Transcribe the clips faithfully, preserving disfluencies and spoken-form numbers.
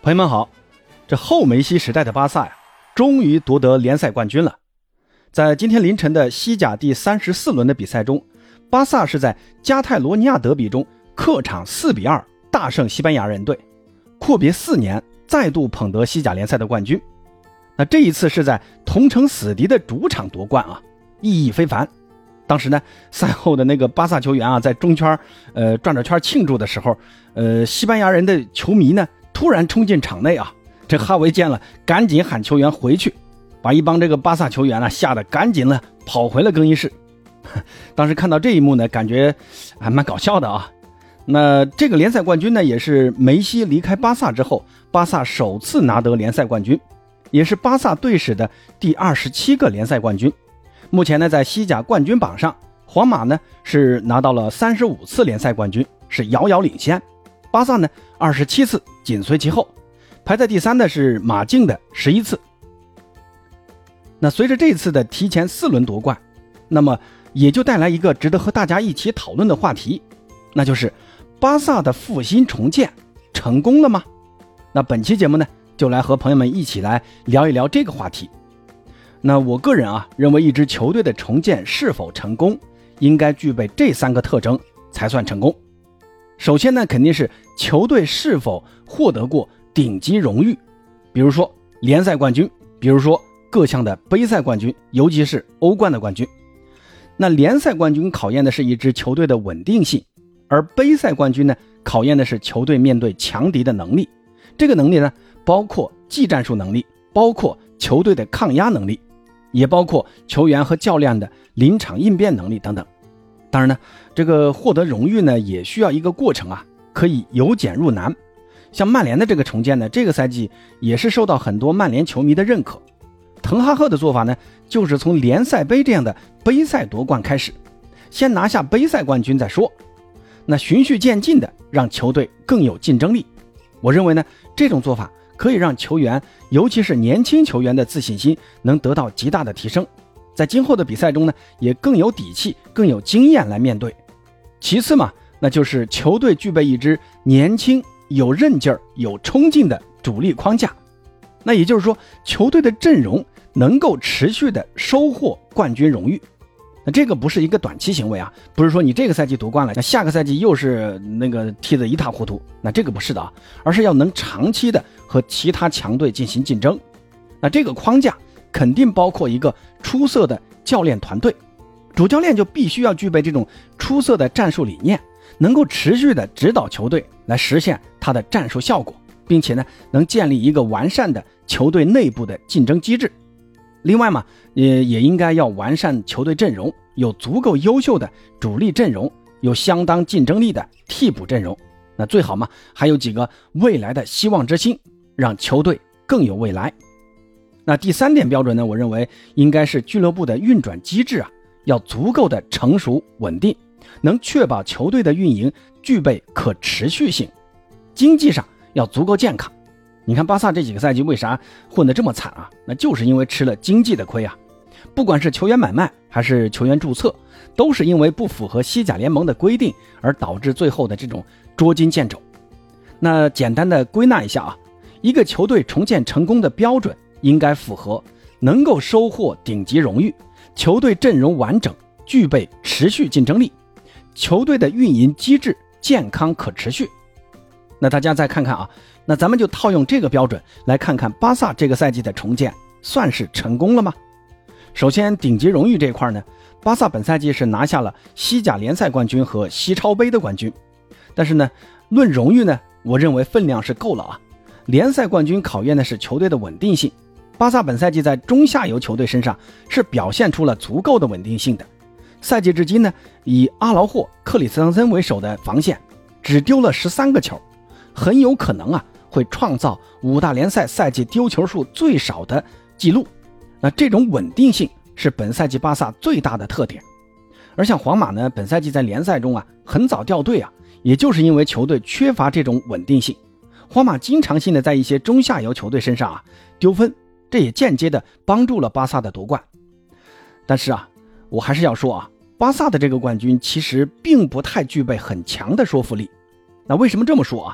朋友们好，这后梅西时代的巴萨呀，终于夺得联赛冠军了。在今天凌晨的西甲第三十四轮的比赛中，巴萨是在加泰罗尼亚德比中客场四比二大胜西班牙人队，阔别四年再度捧得西甲联赛的冠军。那这一次是在同城死敌的主场夺冠啊，意义非凡。当时呢，赛后的那个巴萨球员啊，在中圈呃转着圈庆祝的时候，呃西班牙人的球迷呢突然冲进场内啊，这哈维见了赶紧喊球员回去，把一帮这个巴萨球员啊吓得赶紧了跑回了更衣室。当时看到这一幕呢，感觉还蛮搞笑的啊。那这个联赛冠军呢，也是梅西离开巴萨之后，巴萨首次拿得联赛冠军，也是巴萨队史的第二十七个联赛冠军。目前呢，在西甲冠军榜上，皇马呢是拿到了三十五次联赛冠军，是遥遥领先。巴萨呢二十七次，紧随其后。排在第三的是马竞的十一次。那随着这次的提前四轮夺冠，那么也就带来一个值得和大家一起讨论的话题，那就是巴萨的复兴重建成功了吗？那本期节目呢，就来和朋友们一起来聊一聊这个话题。那我个人啊，认为一支球队的重建是否成功，应该具备这三个特征才算成功。首先呢，肯定是球队是否获得过顶级荣誉，比如说联赛冠军，比如说各项的杯赛冠军，尤其是欧冠的冠军。那联赛冠军考验的是一支球队的稳定性，而杯赛冠军呢，考验的是球队面对强敌的能力。这个能力呢，包括技战术能力，包括球队的抗压能力，也包括球员和教练的临场应变能力等等。当然呢，这个获得荣誉呢，也需要一个过程啊，可以由简入难。像曼联的这个重建呢，这个赛季也是受到很多曼联球迷的认可。滕哈赫的做法呢，就是从联赛杯这样的杯赛夺冠开始，先拿下杯赛冠军再说，那循序渐进的让球队更有竞争力。我认为呢，这种做法可以让球员，尤其是年轻球员的自信心能得到极大的提升，在今后的比赛中呢，也更有底气，更有经验来面对。其次嘛，那就是球队具备一支年轻、有韧劲儿、有冲劲的主力框架。那也就是说，球队的阵容能够持续的收获冠军荣誉。那这个不是一个短期行为啊，不是说你这个赛季夺冠了，那下个赛季又是那个踢得一塌糊涂，那这个不是的啊，而是要能长期的和其他强队进行竞争。那这个框架肯定包括一个出色的教练团队，主教练就必须要具备这种出色的战术理念，能够持续的指导球队来实现他的战术效果，并且呢，能建立一个完善的球队内部的竞争机制。另外嘛，也也应该要完善球队阵容，有足够优秀的主力阵容，有相当竞争力的替补阵容。那最好嘛，还有几个未来的希望之星，让球队更有未来。那第三点标准呢，我认为应该是俱乐部的运转机制啊，要足够的成熟稳定，能确保球队的运营具备可持续性，经济上要足够健康。你看巴萨这几个赛季为啥混得这么惨啊？那就是因为吃了经济的亏啊。不管是球员买卖还是球员注册，都是因为不符合西甲联盟的规定而导致最后的这种捉襟见肘。那简单的归纳一下啊，一个球队重建成功的标准应该符合能够收获顶级荣誉，球队阵容完整，具备持续竞争力，球队的运营机制健康可持续。那大家再看看啊，那咱们就套用这个标准来看看巴萨这个赛季的重建算是成功了吗？首先顶级荣誉这块呢，巴萨本赛季是拿下了西甲联赛冠军和西超杯的冠军。但是呢，论荣誉呢，我认为分量是够了啊。联赛冠军考验的是球队的稳定性，巴萨本赛季在中下游球队身上是表现出了足够的稳定性的。赛季至今呢，以阿劳霍、克里斯滕森为首的防线只丢了十三个球，很有可能啊会创造五大联赛赛季丢球数最少的记录。那这种稳定性是本赛季巴萨最大的特点。而像皇马呢，本赛季在联赛中啊很早掉队啊，也就是因为球队缺乏这种稳定性。皇马经常性的在一些中下游球队身上啊丢分，这也间接的帮助了巴萨的夺冠。但是啊，我还是要说啊，巴萨的这个冠军其实并不太具备很强的说服力。那为什么这么说啊？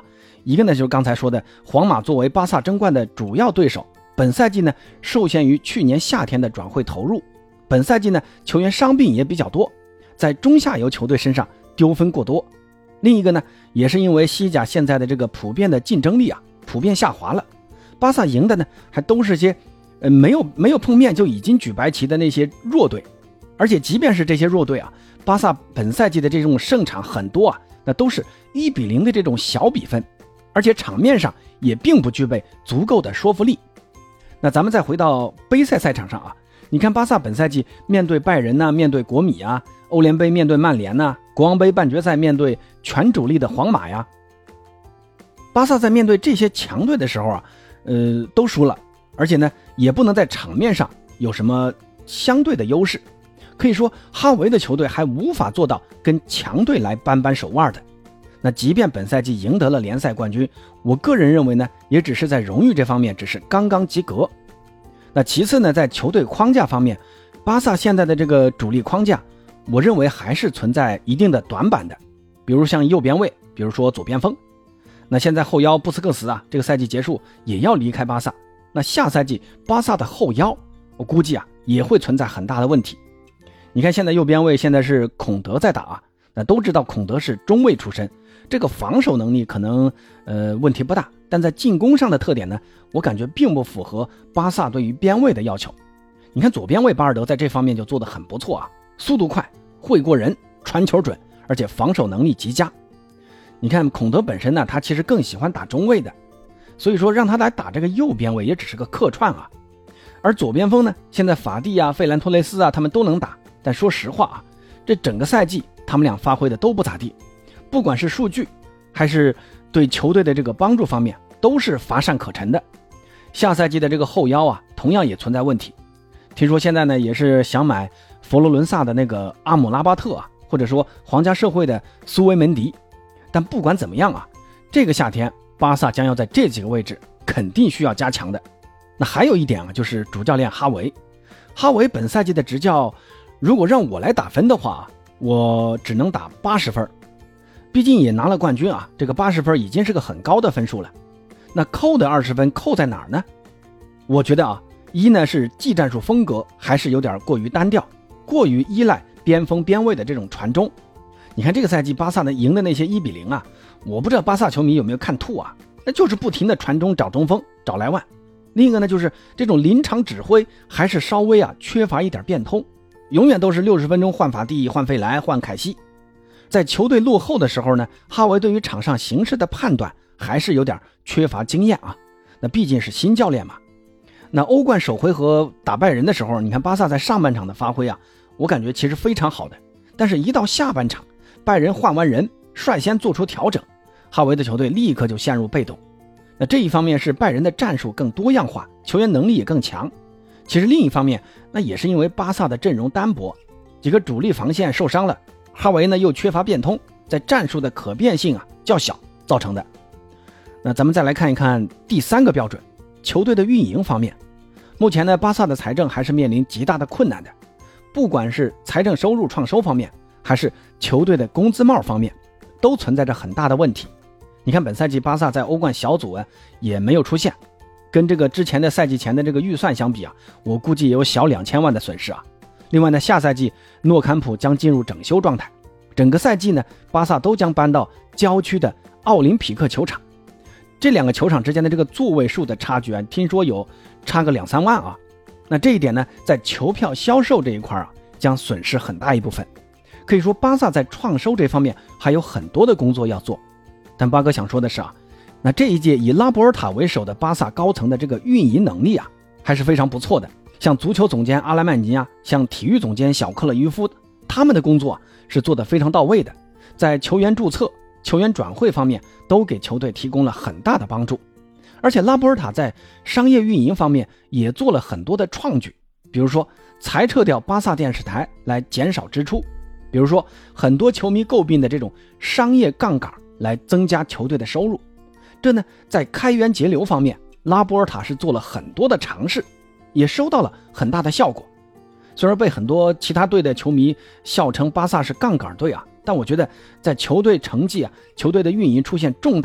一个呢就是刚才说的皇马作为巴萨争冠的主要对手，本赛季呢受限于去年夏天的转会投入，本赛季呢球员伤病也比较多，在中下游球队身上丢分过多。另一个呢也是因为西甲现在的这个普遍的竞争力啊普遍下滑了，巴萨赢的呢还都是些呃没有没有碰面就已经举白旗的那些弱队，而且即便是这些弱队啊，巴萨本赛季的这种胜场很多啊，那都是一比零的这种小比分，而且场面上也并不具备足够的说服力。那咱们再回到杯赛赛场上啊，你看巴萨本赛季面对拜仁啊，面对国米啊，欧联杯面对曼联啊，国王杯半决赛面对全主力的皇马呀，巴萨在面对这些强队的时候啊，呃，都输了，而且呢，也不能在场面上有什么相对的优势。可以说，哈维的球队还无法做到跟强队来扳扳手腕的。那即便本赛季赢得了联赛冠军，我个人认为呢，也只是在荣誉这方面只是刚刚及格。那其次呢，在球队框架方面，巴萨现在的这个主力框架，我认为还是存在一定的短板的，比如像右边卫，比如说左边锋。那现在后腰布斯克茨啊，这个赛季结束也要离开巴萨，那下赛季巴萨的后腰，我估计啊也会存在很大的问题。你看现在右边卫现在是孔德在打啊，那都知道孔德是中卫出身，这个防守能力可能呃问题不大，但在进攻上的特点呢，我感觉并不符合巴萨对于边卫的要求。你看左边卫巴尔德在这方面就做得很不错啊，速度快，会过人，传球准，而且防守能力极佳。你看孔德本身呢，他其实更喜欢打中卫的，所以说让他来打这个右边卫也只是个客串啊。而左边锋呢，现在法蒂啊、费兰托雷斯啊他们都能打，但说实话啊，这整个赛季他们俩发挥的都不咋地，不管是数据还是对球队的这个帮助方面都是乏善可陈的。下赛季的这个后腰啊同样也存在问题，听说现在呢也是想买佛罗伦萨的那个阿姆拉巴特啊，或者说皇家社会的苏维门迪。但不管怎么样啊，这个夏天巴萨将要在这几个位置肯定需要加强的。那还有一点啊，就是主教练哈维。哈维本赛季的执教，如果让我来打分的话，我只能打八十分。毕竟也拿了冠军啊，这个八十分已经是个很高的分数了。那扣的二十分扣在哪儿呢？我觉得啊，一呢是技战术风格还是有点过于单调，过于依赖边锋边卫的这种传中。你看这个赛季巴萨呢赢的那些一比零啊，我不知道巴萨球迷有没有看吐啊，那就是不停的传中找中锋找莱万。另一个呢就是这种临场指挥还是稍微啊缺乏一点变通，永远都是六十分钟换法蒂换费莱换凯西。在球队落后的时候呢，哈维对于场上形势的判断还是有点缺乏经验啊，那毕竟是新教练嘛。那欧冠首回合打拜仁的时候，你看巴萨在上半场的发挥啊，我感觉其实非常好的，但是一到下半场拜仁换完人率先做出调整，哈维的球队立刻就陷入被动。那这一方面是拜仁的战术更多样化，球员能力也更强。其实另一方面，那也是因为巴萨的阵容单薄，几个主力防线受伤了，哈维呢又缺乏变通，在战术的可变性啊较小造成的。那咱们再来看一看第三个标准，球队的运营方面。目前呢，巴萨的财政还是面临极大的困难的，不管是财政收入创收方面，还是球队的工资帽方面，都存在着很大的问题。你看本赛季巴萨在欧冠小组啊也没有出现，跟这个之前的赛季前的这个预算相比啊，我估计也有小两千万的损失啊。另外呢，下赛季诺坎普将进入整修状态，整个赛季呢，巴萨都将搬到郊区的奥林匹克球场。这两个球场之间的这个座位数的差距啊，听说有差个两三万啊。那这一点呢，在球票销售这一块啊，将损失很大一部分。可以说巴萨在创收这方面还有很多的工作要做。但巴哥想说的是啊，那这一届以拉波尔塔为首的巴萨高层的这个运营能力啊，还是非常不错的。像足球总监阿莱曼尼啊，像体育总监小克勒于夫，他们的工作啊是做得非常到位的，在球员注册、球员转会方面都给球队提供了很大的帮助。而且拉波尔塔在商业运营方面也做了很多的创举，比如说裁撤掉巴萨电视台来减少支出，比如说很多球迷诟病的这种商业杠杆来增加球队的收入。这呢，在开源节流方面，拉波尔塔是做了很多的尝试，也收到了很大的效果。虽然被很多其他队的球迷笑称巴萨是杠杆队啊，但我觉得在球队成绩啊、球队的运营出现重大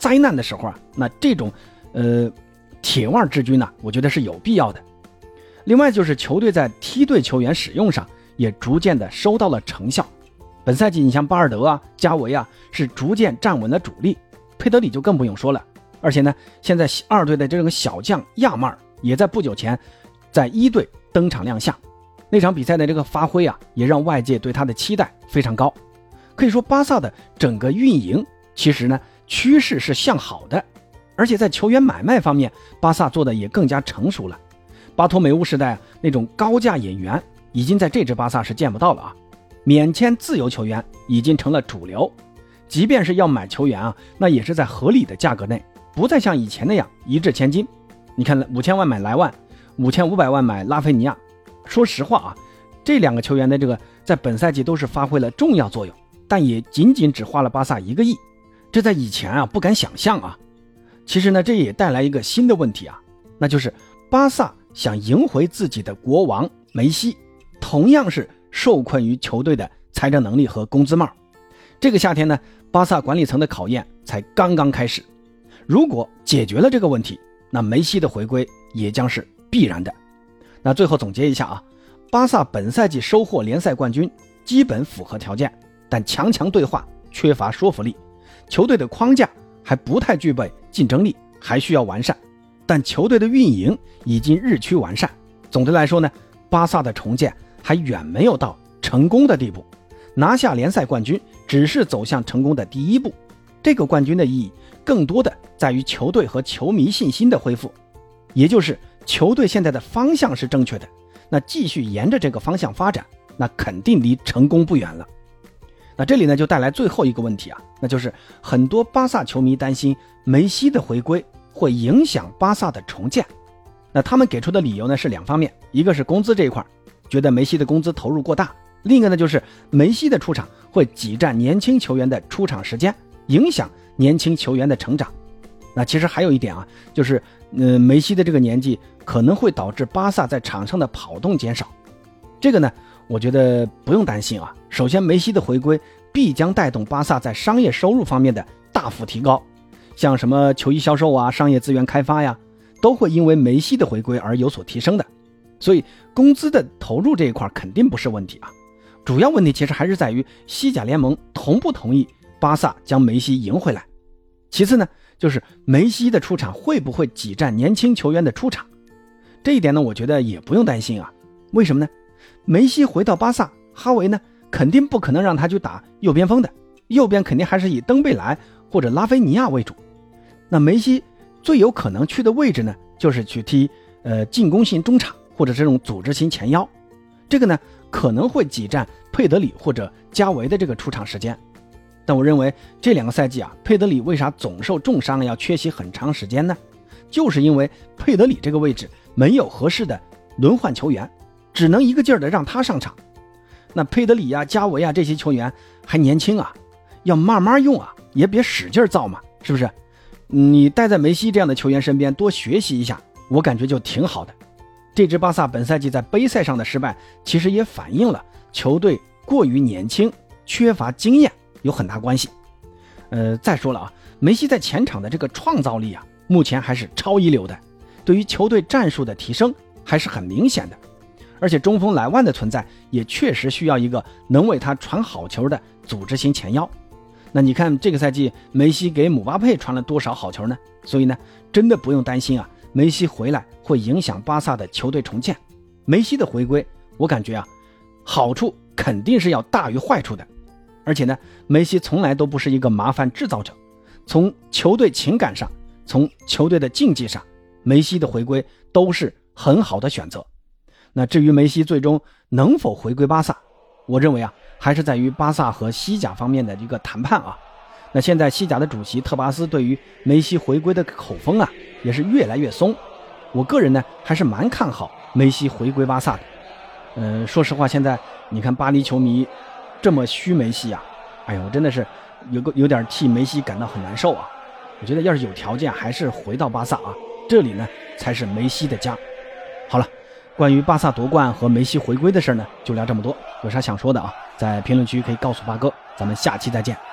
灾难的时候啊，那这种呃铁腕治军呢、啊，我觉得是有必要的。另外就是球队在梯队球员使用上也逐渐的收到了成效。本赛季你像巴尔德啊、加维啊是逐渐站稳了主力，佩德里就更不用说了。而且呢，现在二队的这个小将亚马尔也在不久前在一队登场亮相，那场比赛的这个发挥啊，也让外界对他的期待非常高。可以说巴萨的整个运营其实呢趋势是向好的，而且在球员买卖方面，巴萨做的也更加成熟了。巴托梅乌时代、啊、那种高价引援已经在这支巴萨是见不到了啊，免签自由球员已经成了主流，即便是要买球员啊，那也是在合理的价格内，不再像以前那样一掷千金。你看五千万买莱万，五千五百万买拉菲尼亚。说实话啊，这两个球员的这个在本赛季都是发挥了重要作用，但也仅仅只花了巴萨一个亿，这在以前啊不敢想象啊。其实呢，这也带来一个新的问题啊，那就是巴萨想赢回自己的国王梅西，同样是受困于球队的财政能力和工资帽。这个夏天呢，巴萨管理层的考验才刚刚开始。如果解决了这个问题，那梅西的回归也将是必然的。那最后总结一下啊，巴萨本赛季收获联赛冠军基本符合条件，但强强对话缺乏说服力，球队的框架还不太具备竞争力，还需要完善。但球队的运营已经日趋完善。总的来说呢，巴萨的重建还远没有到成功的地步，拿下联赛冠军只是走向成功的第一步。这个冠军的意义更多的在于球队和球迷信心的恢复，也就是球队现在的方向是正确的，那继续沿着这个方向发展，那肯定离成功不远了。那这里呢就带来最后一个问题啊，那就是很多巴萨球迷担心梅西的回归会影响巴萨的重建。那他们给出的理由呢是两方面，一个是工资这一块，觉得梅西的工资投入过大，另一个呢就是梅西的出场会挤占年轻球员的出场时间，影响年轻球员的成长。那其实还有一点啊，就是呃，梅西的这个年纪可能会导致巴萨在场上的跑动减少。这个呢我觉得不用担心啊。首先梅西的回归必将带动巴萨在商业收入方面的大幅提高，像什么球衣销售啊、商业资源开发呀，都会因为梅西的回归而有所提升的。所以工资的投入这一块肯定不是问题啊，主要问题其实还是在于西甲联盟同不同意巴萨将梅西赢回来。其次呢，就是梅西的出场会不会挤占年轻球员的出场，这一点呢我觉得也不用担心啊。为什么呢？梅西回到巴萨，哈维呢肯定不可能让他去打右边锋的，右边肯定还是以登贝莱或者拉菲尼亚为主。那梅西最有可能去的位置呢，就是去踢呃进攻型中场或者这种组织型前腰，这个呢可能会挤占佩德里或者加维的这个出场时间。但我认为这两个赛季啊，佩德里为啥总受重伤要缺席很长时间呢？就是因为佩德里这个位置没有合适的轮换球员，只能一个劲儿的让他上场。那佩德里啊、加维啊这些球员还年轻啊，要慢慢用啊，也别使劲造嘛，是不是？你待在梅西这样的球员身边多学习一下，我感觉就挺好的。这支巴萨本赛季在杯赛上的失败，其实也反映了球队过于年轻，缺乏经验有很大关系。呃，再说了啊，梅西在前场的这个创造力啊，目前还是超一流的，对于球队战术的提升还是很明显的。而且中锋莱万的存在也确实需要一个能为他传好球的组织型前腰。那你看这个赛季梅西给姆巴佩传了多少好球呢？所以呢，真的不用担心啊，梅西回来会影响巴萨的球队重建。梅西的回归，我感觉啊，好处肯定是要大于坏处的。而且呢，梅西从来都不是一个麻烦制造者，从球队情感上，从球队的竞技上，梅西的回归都是很好的选择。那至于梅西最终能否回归巴萨，我认为啊，还是在于巴萨和西甲方面的一个谈判啊。那现在西甲的主席特巴斯对于梅西回归的口风啊，也是越来越松。我个人呢，还是蛮看好梅西回归巴萨的。嗯、呃，说实话，现在你看巴黎球迷这么虚梅西啊，哎呀，我真的是有个有点替梅西感到很难受啊。我觉得要是有条件，还是回到巴萨啊，这里呢才是梅西的家。好了，关于巴萨夺冠和梅西回归的事呢，就聊这么多。有啥想说的啊，在评论区可以告诉八哥，咱们下期再见。